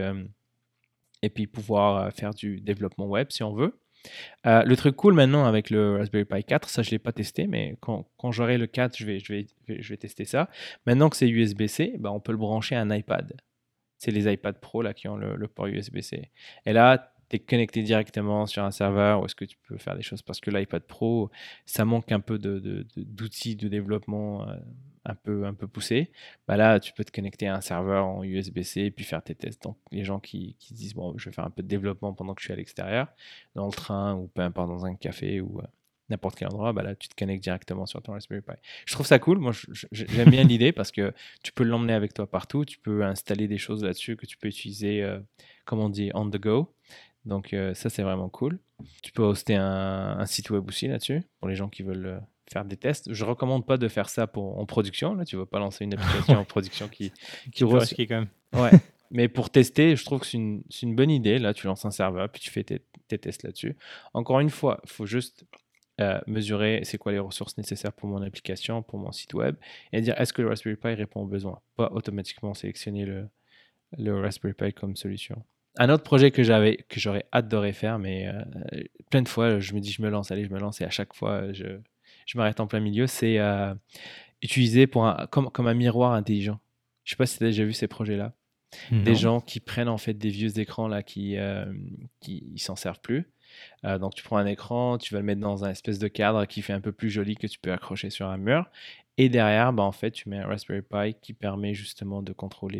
et puis pouvoir faire du développement web si on veut. Le truc cool maintenant avec le Raspberry Pi 4, ça je ne l'ai pas testé, mais quand j'aurai le 4, je vais tester ça. Maintenant que c'est USB-C, on peut le brancher à un iPad. C'est les iPad Pro là, qui ont le port USB-C. Et là, tu es connecté directement sur un serveur où est-ce que tu peux faire des choses. Parce que l'iPad Pro, ça manque un peu d'outils de développement un peu poussés. Là, tu peux te connecter à un serveur en USB-C et puis faire tes tests. Donc, les gens qui disent, bon, je vais faire un peu de développement pendant que je suis à l'extérieur, dans le train ou peu importe, dans un café ou n'importe quel endroit, là, tu te connectes directement sur ton Raspberry Pi. Je trouve ça cool. Moi, j'aime bien l'idée parce que tu peux l'emmener avec toi partout. Tu peux installer des choses là-dessus que tu peux utiliser, comme on dit, on the go. Donc, ça, c'est vraiment cool. Tu peux hoster un site web aussi là-dessus pour les gens qui veulent faire des tests. Je ne recommande pas de faire ça en production. Là. Tu ne vas pas lancer une application en production qui risqué quand même. Ouais. Mais pour tester, je trouve que c'est une bonne idée. Là, tu lances un serveur, puis tu fais tes tests là-dessus. Encore une fois, il faut juste mesurer c'est quoi les ressources nécessaires pour mon application, pour mon site web, et dire est-ce que le Raspberry Pi répond aux besoins. Pas automatiquement sélectionner le Raspberry Pi comme solution. Un autre projet que j'aurais adoré faire, mais plein de fois, je me dis je me lance, et à chaque fois, je m'arrête en plein milieu, c'est utiliser comme un miroir intelligent. Je ne sais pas si tu as déjà vu ces projets-là. Non. Des gens qui prennent en fait des vieux écrans là, qui s'en servent plus. Donc tu prends un écran, tu vas le mettre dans un espèce de cadre qui fait un peu plus joli que tu peux accrocher sur un mur. Et derrière, en fait, tu mets un Raspberry Pi qui permet justement de contrôler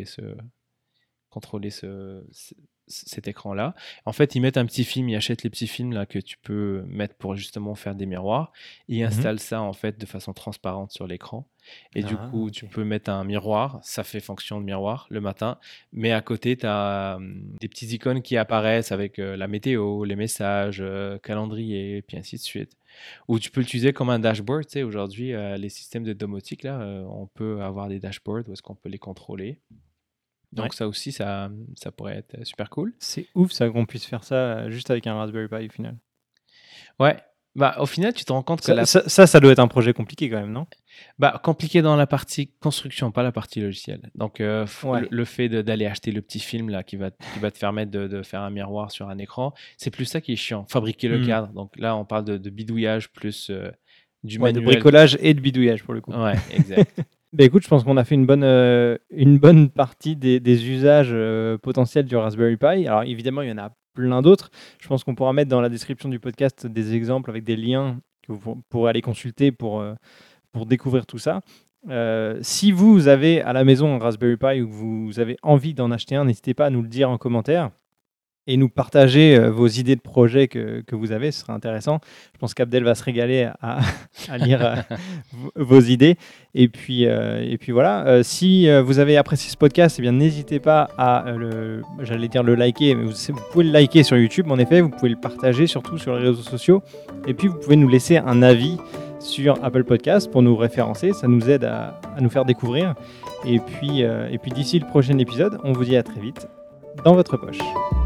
cet écran-là. En fait, ils mettent un petit film, ils achètent les petits films là que tu peux mettre pour justement faire des miroirs. Ils installent ça en fait de façon transparente sur l'écran. Et du coup, tu peux mettre un miroir, ça fait fonction de miroir le matin, mais à côté, tu as des petites icônes qui apparaissent avec la météo, les messages, calendrier, puis ainsi de suite. Ou tu peux l'utiliser comme un dashboard. Tu sais, aujourd'hui, les systèmes de domotique, là, on peut avoir des dashboards où est-ce qu'on peut les contrôler. Donc ça aussi, ça pourrait être super cool. C'est ouf ça qu'on puisse faire ça juste avec un Raspberry Pi au final. Ouais. Au final, tu te rends compte que ça doit être un projet compliqué quand même, non ? Compliqué dans la partie construction, pas la partie logicielle. Donc le fait d'aller acheter le petit film là qui va te permettre de faire un miroir sur un écran, c'est plus ça qui est chiant. Fabriquer le cadre. Donc là, on parle de bidouillage plus du manuel. De bricolage et de bidouillage pour le coup. Ouais, exact. Écoute, je pense qu'on a fait une bonne partie des usages potentiels du Raspberry Pi. Alors évidemment, il y en a plein d'autres. Je pense qu'on pourra mettre dans la description du podcast des exemples avec des liens que vous pourrez aller consulter pour découvrir tout ça. Si vous avez à la maison un Raspberry Pi ou que vous avez envie d'en acheter un, n'hésitez pas à nous le dire en commentaire et nous partager vos idées de projets que vous avez, ce serait intéressant. Je pense qu'Abdel va se régaler à lire vos idées. Et puis voilà, si vous avez apprécié ce podcast, n'hésitez pas à le liker, mais vous pouvez le liker sur YouTube, en effet, vous pouvez le partager surtout sur les réseaux sociaux. Et puis vous pouvez nous laisser un avis sur Apple Podcast pour nous référencer, ça nous aide à nous faire découvrir. Et puis d'ici le prochain épisode, on vous dit à très vite dans votre poche.